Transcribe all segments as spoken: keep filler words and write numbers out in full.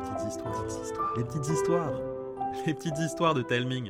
petites histoires, les petites histoires, les petites histoires de Telming.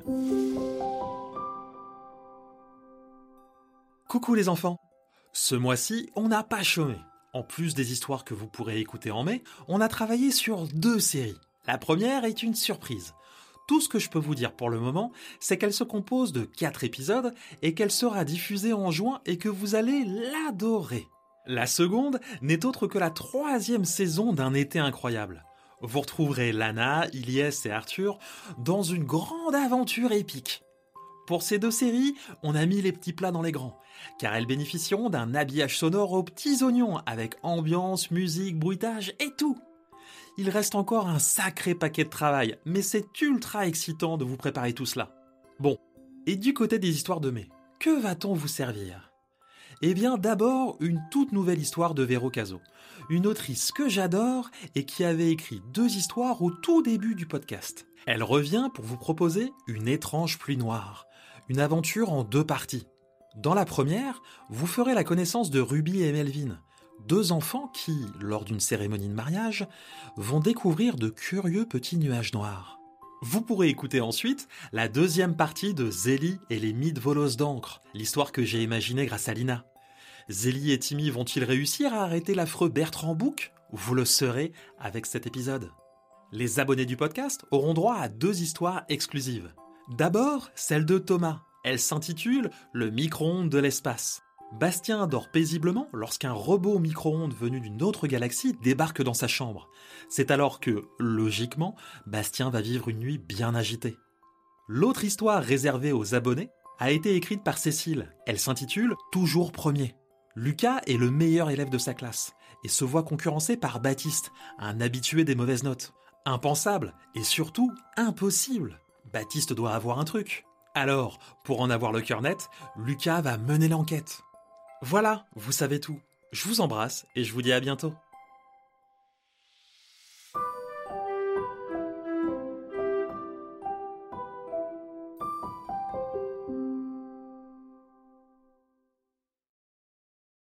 Coucou les enfants. Ce mois-ci, on n'a pas chômé. En plus des histoires que vous pourrez écouter en mai, on a travaillé sur deux séries. La première est une surprise. Tout ce que je peux vous dire pour le moment, c'est qu'elle se compose de quatre épisodes et qu'elle sera diffusée en juin et que vous allez l'adorer. La seconde n'est autre que la troisième saison d'un été incroyable. Vous retrouverez Lana, Ilyes et Arthur dans une grande aventure épique. Pour ces deux séries, on a mis les petits plats dans les grands, car elles bénéficieront d'un habillage sonore aux petits oignons avec ambiance, musique, bruitage et tout. Il reste encore un sacré paquet de travail, mais c'est ultra excitant de vous préparer tout cela. Bon, et du côté des histoires de mai, que va-t-on vous servir ? Eh bien d'abord, une toute nouvelle histoire de Véro Cazot, une autrice que j'adore et qui avait écrit deux histoires au tout début du podcast. Elle revient pour vous proposer Une étrange pluie noire, une aventure en deux parties. Dans la première, vous ferez la connaissance de Ruby et Melvin, deux enfants qui, lors d'une cérémonie de mariage, vont découvrir de curieux petits nuages noirs. Vous pourrez écouter ensuite la deuxième partie de Zélie et les mythes volos d'encre, l'histoire que j'ai imaginée grâce à Lina. Zélie et Timmy vont-ils réussir à arrêter l'affreux Bertrand Bouc ? Vous le saurez avec cet épisode. Les abonnés du podcast auront droit à deux histoires exclusives. D'abord, celle de Thomas. Elle s'intitule « Le micro-ondes de l'espace ». Bastien dort paisiblement lorsqu'un robot micro-ondes venu d'une autre galaxie débarque dans sa chambre. C'est alors que, logiquement, Bastien va vivre une nuit bien agitée. L'autre histoire réservée aux abonnés a été écrite par Cécile. Elle s'intitule « Toujours premier ». Lucas est le meilleur élève de sa classe et se voit concurrencé par Baptiste, un habitué des mauvaises notes. Impensable et surtout impossible. Baptiste doit avoir un truc. Alors, pour en avoir le cœur net, Lucas va mener l'enquête. Voilà, vous savez tout. Je vous embrasse et je vous dis à bientôt.